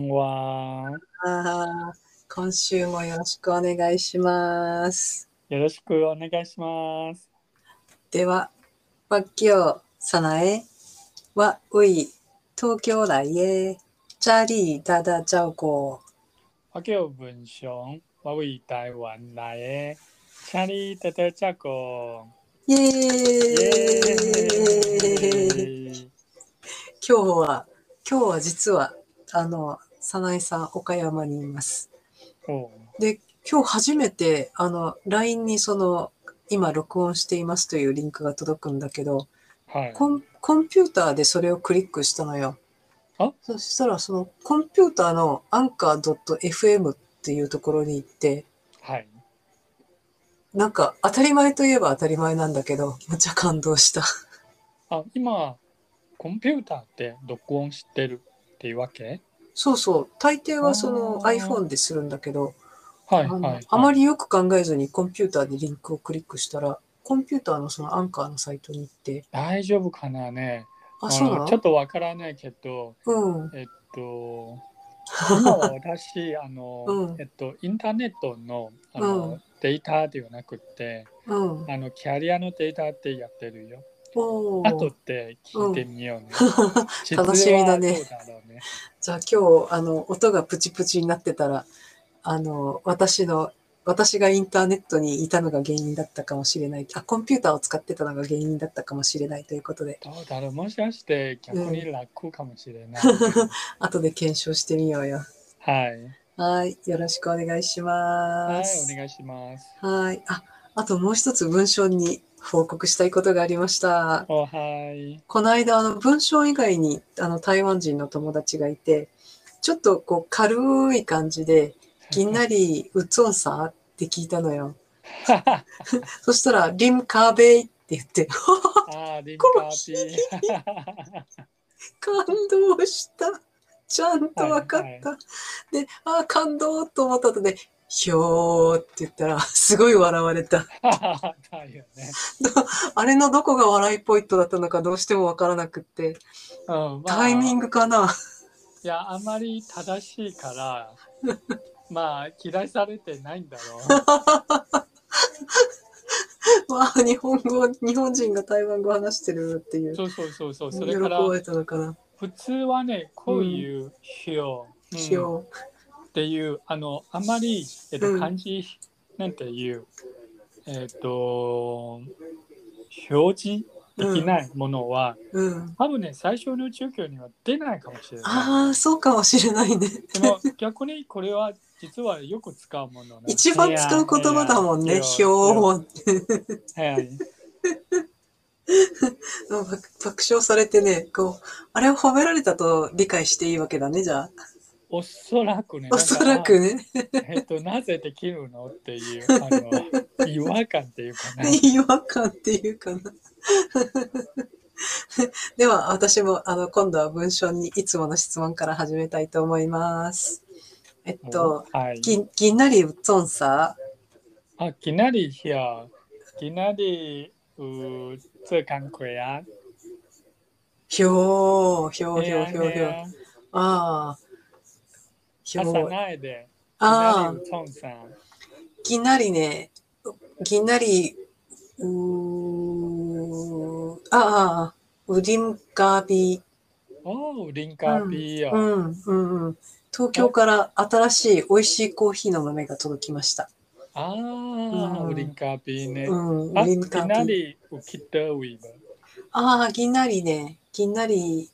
んは。 今週もよろしくお願いします。 よろしくお願いします。 では、わっきょうさなえ、わうい、東京来へ、チャリダダ照顾。 我叫文雄，我为台湾来的，请你多多照顾。 イイエーイ。 エーイ。 今日は実は、さなえさん、岡山にいます。 おで、今日初めて、LINE に今録音していますというリンクが届くんだけど、 はい。 コンピューターでそれをクリックしたのよ。 あ、 そしたら、そのコンピューターの anchor.fm っていうところに行って、 はい。 なんか当たり前といえば当たり前なんだけど、めっちゃ感動した。 あ、今、コンピューターって録音してるっていうわけ？ そうそう。大抵あはそのー iPhone でするんだけど、 はいはいあはい。 まりよく考えずにコンピューターでリンクをクリックしたら、コンピューターのそのアンカーのサイトに行って、 大丈夫かなね。 あ、そうなちょっの？ とわからないけど、 うん。 えっと、今は私、 うん。 インターネットの、 うん。 データではなくて、 うん。 キャリアのデータってやってるよ。後おー。 で聞いうん。 てみようね。 楽質しみだね。 はどうだろうね。 じゃあ今日、音がプチプチになってたら、あの、私の、私がインターネットにいたのが原因だったかもしれない。コンピューターを使ってたのが原因だったかもしれないということで。 どうだろう、もしかしてうん。 逆に楽かもしれないね。 後で検証してみようよ。 はい。 はい。よろしくお願いしはい、おます。 願いします。 はい。あともう一つ文章に報告したいことがありました。 はい。 この間、文章以外に、台湾人の友達がいて、ちょっとこう、軽い感じで、ぎんなり、うつんさって聞いたのよ。そしたら、リムカーベイって言って、 あー、リンコーカーピヒー、 ー。 感動した。ちゃんとはい、 わかっはい。 た。で、感動と思った後で、ひょーって言ったら、すごい笑われた。 だよね。 あれのどこが笑いポイントだったのかどうしてもわからなくって、 うん、 タイミンまあ、 グかな。 いや、あまり正しいから、まあ、期待されてないんだろ日本人が台湾語話してるっていう。 う、 そうそうそうそう。それ喜から、 ばれたのかな。 普通はね、こううん。 いう表、 ひょっていう、あまり、 う。うん。 漢字、なんていう、表示できうん。 ないものは、 うん。 多分ね、最初の授業には出ないかもしれない。 ああ、そうかもしれないね。 でも逆にこれは実はよく使うものな。 一番使う言葉だもんね。ひょう。 はい。 爆笑されてね、こう、あれを褒められたと理解していいわけだね、じゃあ。 おそらくね、 おそらくね。 なぜできるのっていう、違和感っていうかな。 違和感っていうかな。では、私も、今度は文章にいつもの質問から始めたいと思います。 はい。 ぎんなりうつんさ、 啊，今仔日遐，今仔日有做工课啊。 ひょう嘿啊ひょうひょう。 嘿啊， ああ、ひ朝ょう。 なで、今仔日ああ、 有創啥？ ぎんなりね、ぎんなり、ウリムガビ。 哦，有零咖うん、 啡哦。 うん、うん、うん。東京え、 から新しい美味しいコーヒーの豆が届きました。 あうあ、有ん、 零咖啡ね。 うん、ウあ、 リム今ガビ。 仔日有去倒位無？ ぎんなりね、ぎんなり、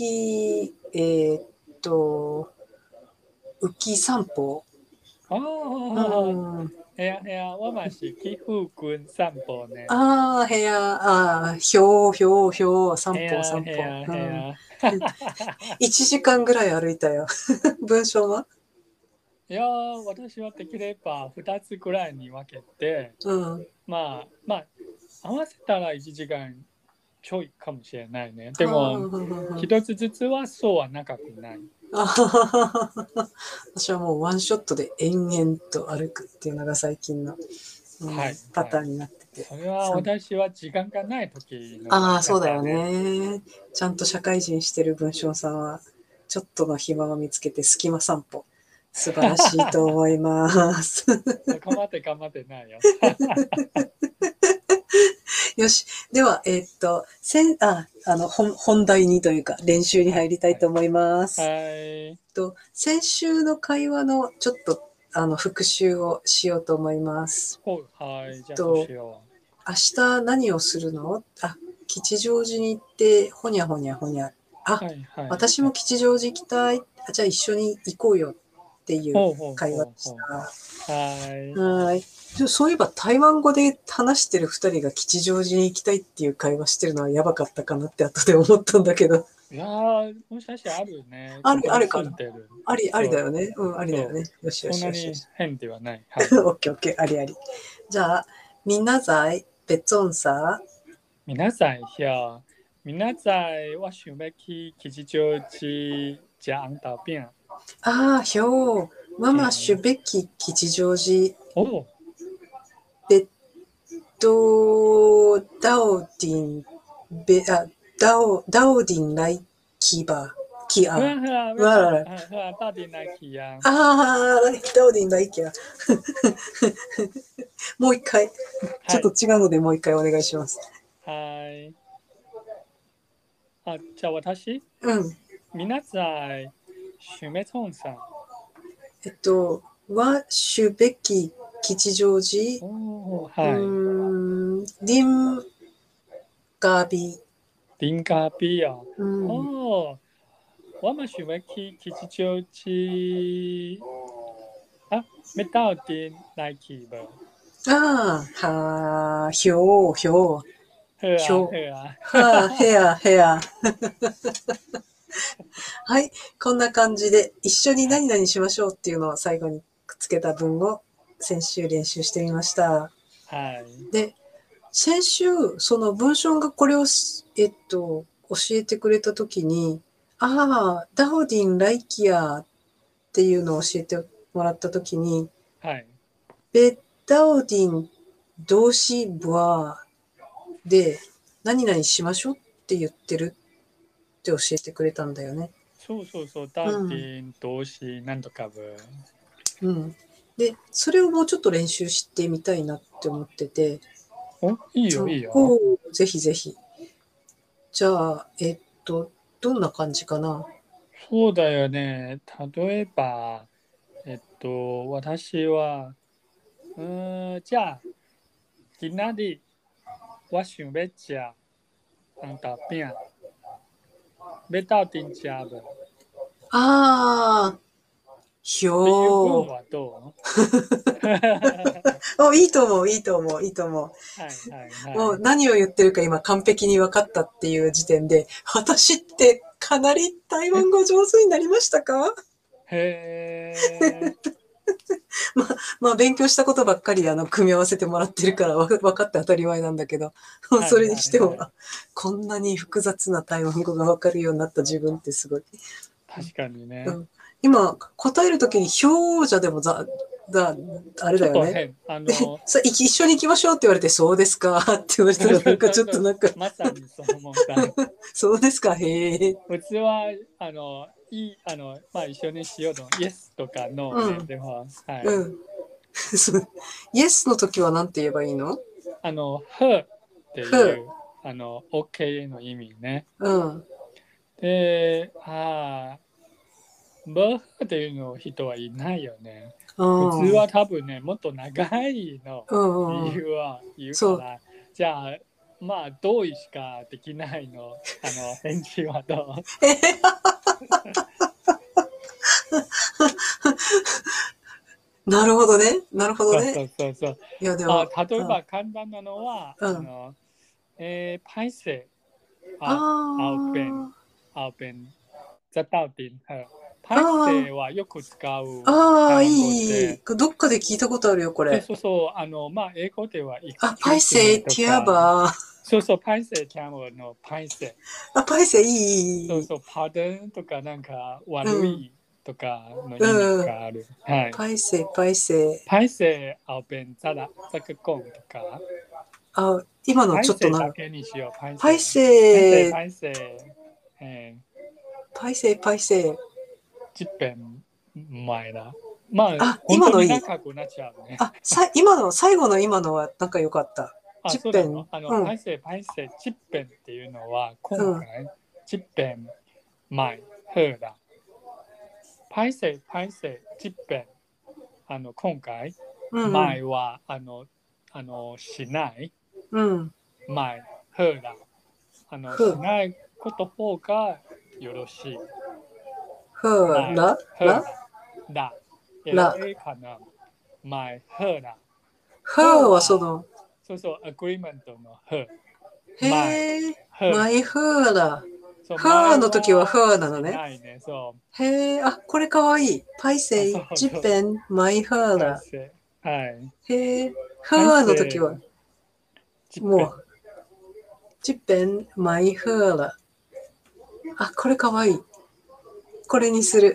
浮き散歩。 あうあ、 ん。 嘿啊嘿あ、我嘛是去附近散歩ね。 部屋、ひょう、散歩、 嘿啊散歩。 嘿あうん。 嘿あ。 1時間ぐらい歩いたよ。文章は？ いやー、私はできれば2つくらいに分けて、 うん。 まあ、合わせたら1時間ちょいかもしれないね。でも、 あ一つずつはそうは長くない。 私はもうワンショットで延々と歩くっていうのが最近の、 はい、はい。 パターンになってて。 それは私は時間がない時のやりそうだよ方ね。 ね。ちゃんと社会人してる文章さんは、 ちょっとの暇を見つけて隙間散歩。素晴らしいと思います。 頑張って頑張ってないよ。 よし。では、本題にというか、練習に入りたいと思います。 はい。 先週の会話のちょっと、復習をしようと思います。 はい。じゃあそうしよ明日何をするの？吉祥寺に行って、ほにゃほにゃほにゃ。 う。はいはい。 私も吉祥寺行きたい。じゃあ一緒に行こうよっていう会話でした。はい。そういえば台湾語で話してる二人が吉祥寺に行きたいっていう会話してるのはやばかったかなって後で思ったんだけど。 いやー、もしかしてあるね。 あるかな。ありだよね。ありだよね。よしよしよし。 そんなに変ではない。 オッケーオッケー。ありあり。じゃあ、皆在別音さ。 皆さん呀，皆在我想要去吉祥寺食红豆饼。 ひょう。ママシュベキ吉祥寺。 おベダオディン、ダオディン来キバ。 到底来去呀？ ダオディン来キバ。もう一回。ちょっと違うのでもう一回お願いします。 はい。じゃあ私？皆在想要創啥？ はシュベキ吉祥寺。リンガビ。 リンガビ啊。我嘛想要去吉祥寺。要到底来去无？ ひょう。はい。こんな感じで、一緒に何々しましょうっていうのを最後にくっつけた文を先週練習してみました。 はい。 で、先週、その文章がこれを、教えてくれたときに、ダオディン・ライキアっていうのを教えてもらったときに、 はい。 ベダオディン動詞ブワーで何々しましょうって言ってるって教えてくれたんだよね。 そう。ダオディン動詞なんとかブ。 で、それをもうちょっと練習してみたいなって思ってて。 いいよ。 ぜひぜひ。じゃあ、どんな感じかな？ そうだよね。例えば、私は、じゃあ、今仔日、我想要食红豆饼。要到底食無？ ひょー。 文はどういいと思う。もう何を言ってるか今完璧に分かったっていう時点で、私ってかなり台湾語上手になりましたか？ へー。 まあ勉強したことばっかり組み合わせてもらってるから分かって当たり前なんだけど、それにしても、こんなに複雑な台湾語が分かるようになった自分ってすごい。 確かにね。 今、答えるときに表じゃでもあれだよね。一緒に行きましょうって言われて、そうですかって言われたら、なんかちょっとなんか。 まさにそう思った。 そうですか、へえ。 うちは、まあ一緒にしようと、イエスとかノーで、でも、 イエスの時は何て言えばいいの？ her っていう、OK の意味ね。で、ブーっていうの人はいないよね。普通は多分ね、もっと長いの言うから、じゃあ、まあ、同意しかできないの。返事はどう？ なるほどね。 そう。いやでも例えば簡単なのは、パイセ青ペン、ザタウティン、パイセはよく使う。 いい。どっかで聞いたことあるよ、これ。 そう。まあ、英語では、 パイセティアバー。 そう、パイセティアバーのパイセ。 パイセいい。 そう、パーデンとかなんか悪いとかの意味がある。 パイセ。 パイセ、青ペン、ザクコンとか。 今のちょっとだけにしよう。 パイセ。 パイセイ、パイセイ。 チッペン前だ。まあ、 あ、 本当今のいい。 に長くなっちゃうね。 あ、今の、最後の今のはなんか良かった。 あ、 チッそうなの。 ペン。うん、 パイセイ、パイセイ、チッペンっていうのは、 うん、 今回、チッペン、前、ヘーだ。パイセイ、パイセイ、チッペン、今回、 うん、 前は、しない、 うん。 前、ヘーだ。しふ、 ないこと方がよろしい。 ふ、 前、 ら、ら、 ヘーだ。だ。 ら。 LA かな。前、ヘーだ。 ふヘーはそは、 の、 そうそう、アグリメントのヘー。前、 へえ、 ヘーだ。 マイフーだ。 そう、 フー前の時ははフーなのしね。 ないね。そう。 へえ、あ、これかわいい。パイセあ、 イ、 そうそう。 チッペン、マイフーだ。 パイセイ。はい。 へえ、フパイーの時は、 セイ、チッペン。 もう、チッペン、マイフーだ。あ、これかわいい。これにする。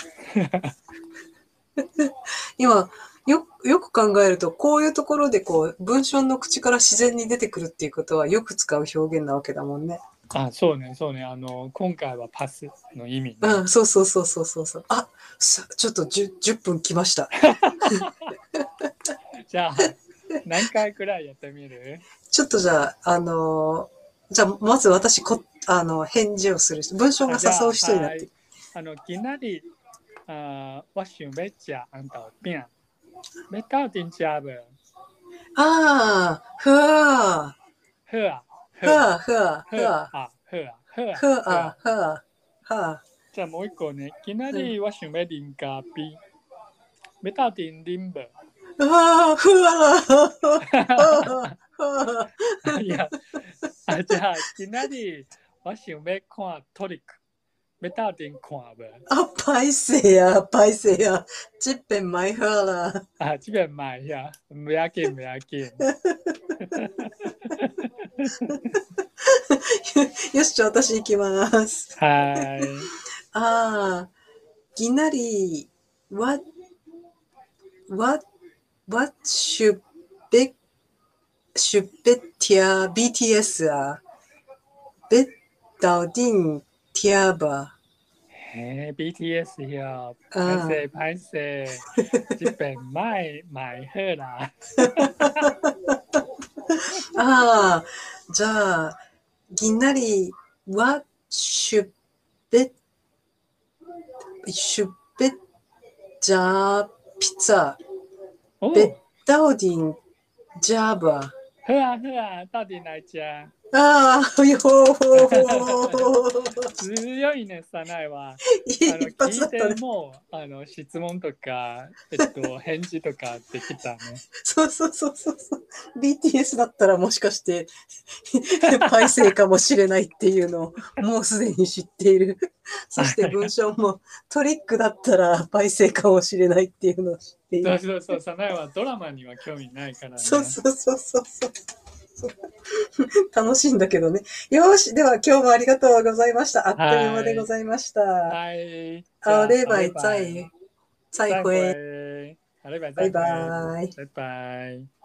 今、よく考えると、こういうところでこう、文章の口から自然に出てくるっていうことはよく使う表現なわけだもんね。 あ、そうね、そうね。今回はパスの意味ね。 うん、そうそうそうそうそうそう。あ、ちょっと10分来ました。 じゃあ、何回くらいやってみる？ ちょっとじゃあ、じゃあ、まず私返事をする人、文章があ、じゃあ、 誘う人になっはい。 て。 きなり、我想要吃红豆饼。要到店家不？ ああ、ふわ好啊， ー、ふ好啊， わー、ふわー、 好ふわ啊，好あ、好ー、 あ、 ふわ好あ。 ー、ふわー、ふわじゃあもう一個ね。きなー、うん。 り我想要啉咖啡。要到店啉不？ うわー、ふわー、ふわー、ふわいや、じゃあ、きなり我想要看トリック。要到店看不？ あ、パイセや、パイセや。チッペンマイファーラー。 あ、这边买呀，不要紧，不要紧。 よし、じゃあ私行きます。 はい。 ああ、いきなり、what, what should bet dir BTS 啊？bet 到定贴吧。 BTS よ。拍あ摄拍摄，这边买好啦。 あ、ああ、じゃあ、いきなり、what should bet じゃあ、ピザ、ベッ哦， ダウディン、ジャーバー。 好啊好啊，到底哪家？ ああ、よー。 強いね、サナイは。 一発聞いだったね。 ても、質問とか、返事とかできたね。 そうそうそうそう。BTS だったらもしかしてパイセイかもしれないっていうのをもうすでに知っている。そして文章もトリックだったらパイセイかもしれないっていうのを知っている。 そうそうそう、サナイはドラマには興味ないからね。 そうそうそうそうそう。楽しいんだけどね。よし、では今日もありがとうございました。あっという間でございました。 はい。じ好， ゃあ、 礼拜バイバイ。 再再会， 会。好，拜拜， 拜再会。 拜。 拜拜。